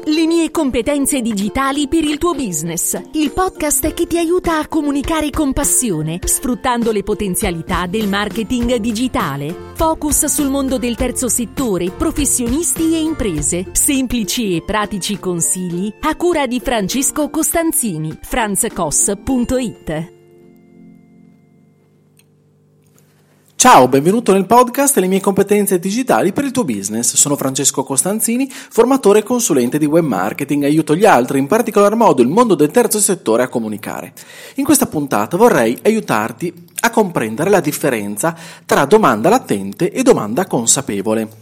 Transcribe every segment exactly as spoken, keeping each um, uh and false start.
Le mie competenze digitali per il tuo business. Il podcast che ti aiuta a comunicare con passione, sfruttando le potenzialità del marketing digitale. Focus sul mondo del terzo settore, professionisti e imprese. Semplici e pratici consigli a cura di Francesco Costanzini. franz cos punto it. Ciao, benvenuto nel podcast Le mie competenze digitali per il tuo business. Sono Francesco Costanzini, formatore e consulente di web marketing. Aiuto gli altri, in particolar modo il mondo del terzo settore, a comunicare. In questa puntata vorrei aiutarti a comprendere la differenza tra domanda latente e domanda consapevole.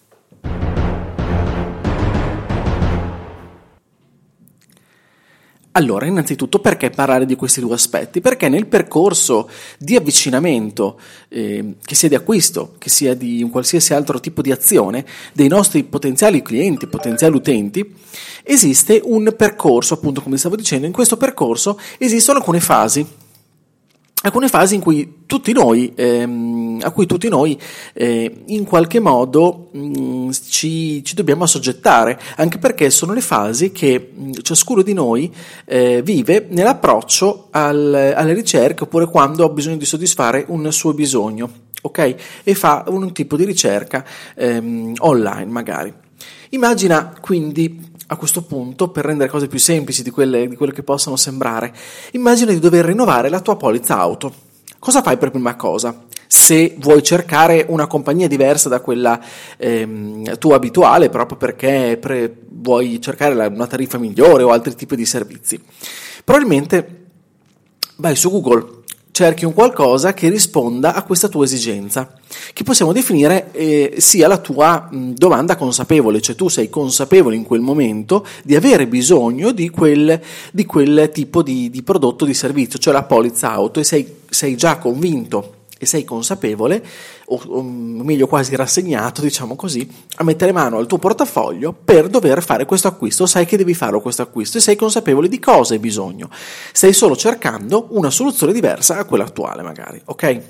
Allora, innanzitutto, perché parlare di questi due aspetti? Perché nel percorso di avvicinamento, eh, che sia di acquisto, che sia di un qualsiasi altro tipo di azione, dei nostri potenziali clienti, potenziali utenti, esiste un percorso, appunto come stavo dicendo. In questo percorso esistono alcune fasi, alcune fasi in cui tutti noi, ehm, a cui tutti noi eh, in qualche modo mh, ci, ci dobbiamo assoggettare, anche perché sono le fasi che mh, ciascuno di noi eh, vive nell'approccio al, alle ricerche, oppure quando ha bisogno di soddisfare un suo bisogno, ok? E fa un tipo di ricerca ehm, online magari. Immagina quindi, a questo punto, per rendere cose più semplici di quelle, di quelle che possono sembrare, immagina di dover rinnovare la tua polizza auto. Cosa fai per prima cosa? Se vuoi cercare una compagnia diversa da quella ehm, tua abituale, proprio perché pre- vuoi cercare la, una tariffa migliore o altri tipi di servizi, probabilmente vai su Google, cerchi un qualcosa che risponda a questa tua esigenza, che possiamo definire eh, sia la tua mh, domanda consapevole, cioè tu sei consapevole in quel momento di avere bisogno di quel, di quel tipo di, di prodotto, di servizio, cioè la polizza auto, e sei, sei già convinto e sei consapevole, o, o meglio quasi rassegnato, diciamo così, a mettere mano al tuo portafoglio per dover fare questo acquisto. Sai che devi fare questo acquisto e sei consapevole di cosa hai bisogno. Stai solo cercando una soluzione diversa a quella attuale, magari, ok?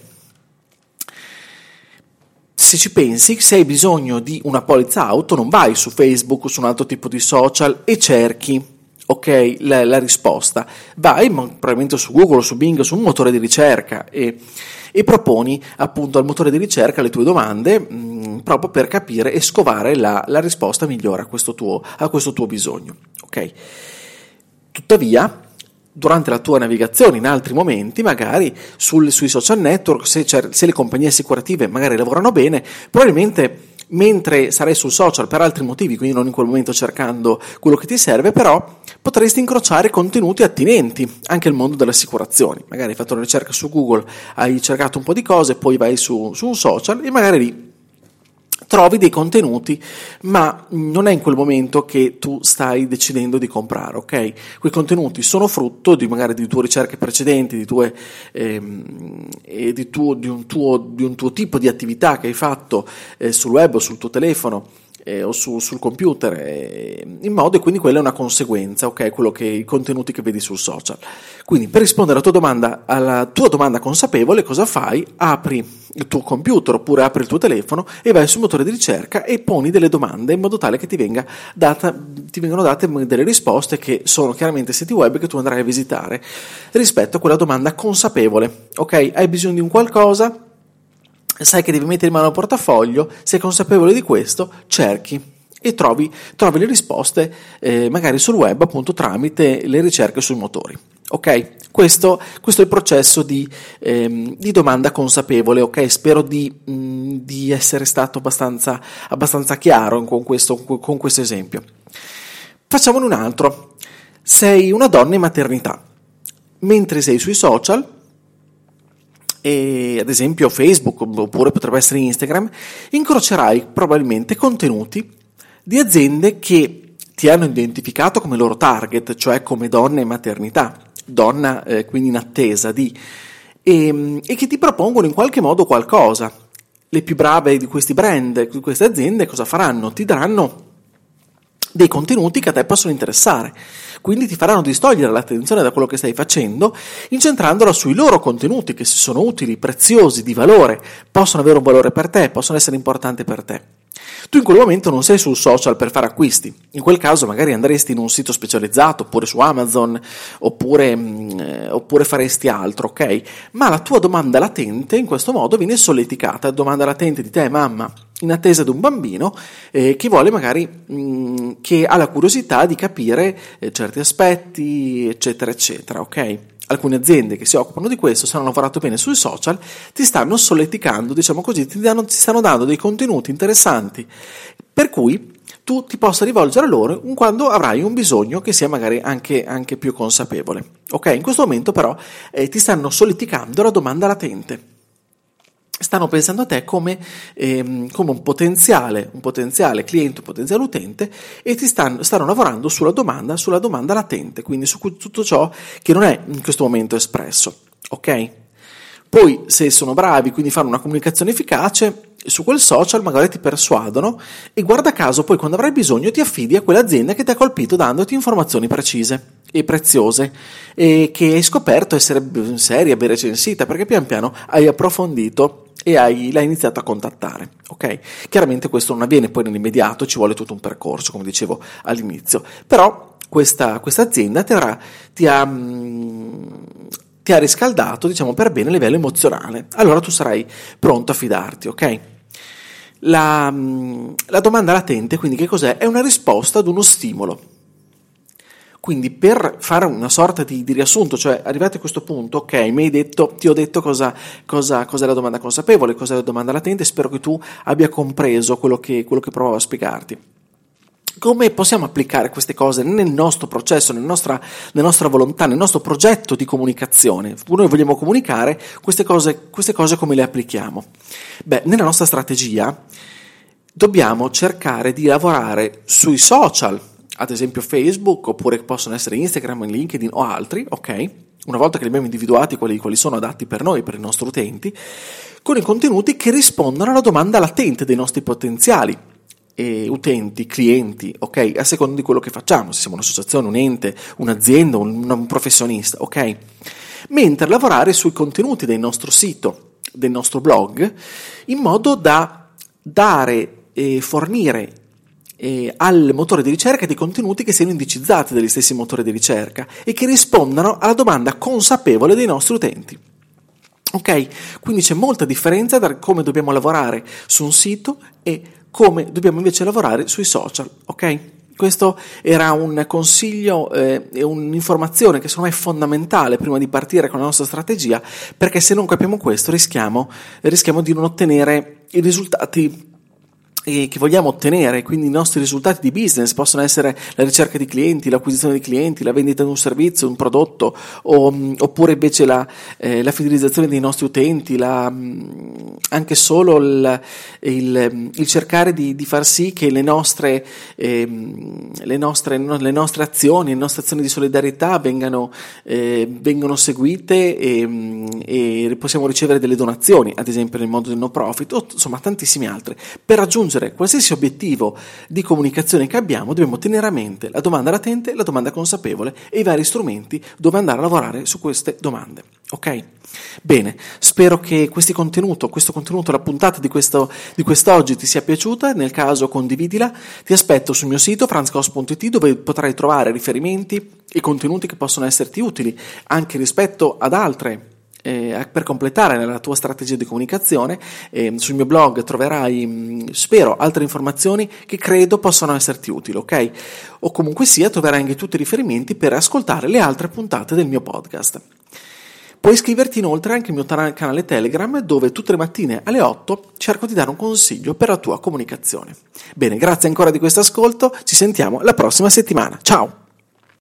Se ci pensi, se hai bisogno di una polizza auto, non vai su Facebook o su un altro tipo di social e cerchi, ok, la, la risposta. Vai probabilmente su Google o su Bing, su un motore di ricerca, e e proponi appunto al motore di ricerca le tue domande mh, proprio per capire e scovare la, la risposta migliore a questo tuo, a questo tuo bisogno, ok? Tuttavia, durante la tua navigazione, in altri momenti, magari sul, sui social network, se, se le compagnie assicurative magari lavorano bene, probabilmente mentre sarai sul social per altri motivi, quindi non in quel momento cercando quello che ti serve, però potresti incrociare contenuti attinenti anche al mondo delle assicurazioni. Magari hai fatto una ricerca su Google, hai cercato un po' di cose, poi vai su, su un social e magari lì trovi dei contenuti, ma non è in quel momento che tu stai decidendo di comprare, ok? Quei contenuti sono frutto di magari di tue ricerche precedenti, di tue ehm, e di, tuo, di, un tuo, di un tuo tipo di attività che hai fatto eh, sul web o sul tuo telefono eh, o su, sul computer, eh, in modo, e quindi quella è una conseguenza, ok? Quello che i contenuti che vedi sul social. Quindi, per rispondere alla tua domanda, alla tua domanda consapevole, cosa fai? Apri il tuo computer oppure apri il tuo telefono e vai sul motore di ricerca e poni delle domande in modo tale che ti venga data, ti vengano date delle risposte che sono chiaramente siti web che tu andrai a visitare rispetto a quella domanda consapevole, ok? Hai bisogno di un qualcosa, sai che devi mettere in mano il portafoglio, sei consapevole di questo, cerchi e trovi, trovi le risposte eh, magari sul web, appunto tramite le ricerche sui motori. Ok, questo, questo è il processo di, ehm, di domanda consapevole, ok? Spero di, mh, di essere stato abbastanza, abbastanza chiaro con questo, con questo esempio. Facciamone un altro. Sei una donna in maternità, mentre sei sui social, e ad esempio Facebook, oppure potrebbe essere Instagram, incrocerai probabilmente contenuti di aziende che ti hanno identificato come loro target, cioè come donna in maternità, donna eh, quindi in attesa di, e, e che ti propongono in qualche modo qualcosa. Le più brave di questi brand, di queste aziende, cosa faranno? Ti daranno dei contenuti che a te possono interessare, quindi ti faranno distogliere l'attenzione da quello che stai facendo, incentrandola sui loro contenuti che, se sono utili, preziosi, di valore, possono avere un valore per te, possono essere importanti per te. Tu in quel momento non sei sul social per fare acquisti, in quel caso magari andresti in un sito specializzato, oppure su Amazon, oppure, mh, oppure faresti altro, ok? Ma la tua domanda latente in questo modo viene solleticata, domanda latente di te, mamma, in attesa di un bambino eh, che vuole magari, mh, che ha la curiosità di capire eh, certi aspetti, eccetera, eccetera, ok? Alcune aziende che si occupano di questo, se hanno lavorato bene sui social, ti stanno solleticando, diciamo così, ti, danno, ti stanno dando dei contenuti interessanti, per cui tu ti possa rivolgere a loro quando avrai un bisogno che sia magari anche, anche più consapevole. Ok? In questo momento però eh, ti stanno solleticando la domanda latente. Stanno pensando a te come, ehm, come un potenziale, un potenziale cliente, un potenziale utente, e ti stanno, stanno lavorando sulla domanda, sulla domanda latente, quindi su tutto ciò che non è in questo momento espresso, ok? Poi, se sono bravi, quindi fanno una comunicazione efficace, su quel social magari ti persuadono e guarda caso poi quando avrai bisogno ti affidi a quell'azienda che ti ha colpito dandoti informazioni precise e preziose e che hai scoperto essere seria, ben recensita, perché pian piano hai approfondito e hai, l'hai iniziato a contattare, ok? Chiaramente questo non avviene poi nell'immediato, ci vuole tutto un percorso, come dicevo all'inizio, però questa, questa azienda ti, avrà, ti ha... Mh, ti ha riscaldato, diciamo, per bene a livello emozionale, allora tu sarai pronto a fidarti, ok? La, la domanda latente, quindi, che cos'è? È una risposta ad uno stimolo. Quindi, per fare una sorta di, di riassunto, cioè arrivati a questo punto, ok, mi hai detto, ti ho detto cosa, cosa, cosa è la domanda consapevole, cosa è la domanda latente, spero che tu abbia compreso quello che, quello che provavo a spiegarti. Come possiamo applicare queste cose nel nostro processo, nel nostra, nella nostra volontà, nel nostro progetto di comunicazione? Noi vogliamo comunicare, queste cose, queste cose come le applichiamo? Beh, nella nostra strategia dobbiamo cercare di lavorare sui social, ad esempio Facebook, oppure possono essere Instagram, LinkedIn o altri, ok? Una volta che li abbiamo individuati quali, quali sono adatti per noi, per i nostri utenti, con i contenuti che rispondono alla domanda latente dei nostri potenziali E utenti, clienti, ok, a seconda di quello che facciamo, se siamo un'associazione, un ente, un'azienda, un, un professionista, ok? Mentre lavorare sui contenuti del nostro sito, del nostro blog, in modo da dare e fornire eh, al motore di ricerca dei contenuti che siano indicizzati dagli stessi motori di ricerca e che rispondano alla domanda consapevole dei nostri utenti. Ok? Quindi c'è molta differenza tra come dobbiamo lavorare su un sito e come dobbiamo invece lavorare sui social, ok? Questo era un consiglio e eh, un'informazione che secondo me è fondamentale prima di partire con la nostra strategia, perché se non capiamo questo rischiamo, rischiamo di non ottenere i risultati che vogliamo ottenere. Quindi i nostri risultati di business possono essere la ricerca di clienti, l'acquisizione di clienti, la vendita di un servizio, un prodotto, o, oppure invece la, eh, la fidelizzazione dei nostri utenti, la, anche solo il, il, il cercare di, di far sì che le nostre, eh, le nostre, le nostre azioni, le nostre azioni di solidarietà vengano, eh, vengano seguite e, e possiamo ricevere delle donazioni, ad esempio nel mondo del no profit, o insomma tantissimi altri. Per raggiungere qualsiasi obiettivo di comunicazione che abbiamo dobbiamo tenere a mente la domanda latente, la domanda consapevole e i vari strumenti dove andare a lavorare su queste domande, ok? Bene, spero che questo contenuto, questo contenuto, la puntata di, questo, di quest'oggi ti sia piaciuta. Nel caso condividila, ti aspetto sul mio sito franz cos punto it dove potrai trovare riferimenti e contenuti che possono esserti utili anche rispetto ad altre Eh, per completare la tua strategia di comunicazione. Eh, sul mio blog troverai, mh, spero, altre informazioni che credo possano esserti utili, ok? O comunque sia, troverai anche tutti i riferimenti per ascoltare le altre puntate del mio podcast. Puoi iscriverti inoltre anche al mio tar- canale Telegram, dove tutte le mattine alle otto cerco di dare un consiglio per la tua comunicazione. Bene, grazie ancora di questo ascolto, ci sentiamo la prossima settimana. Ciao!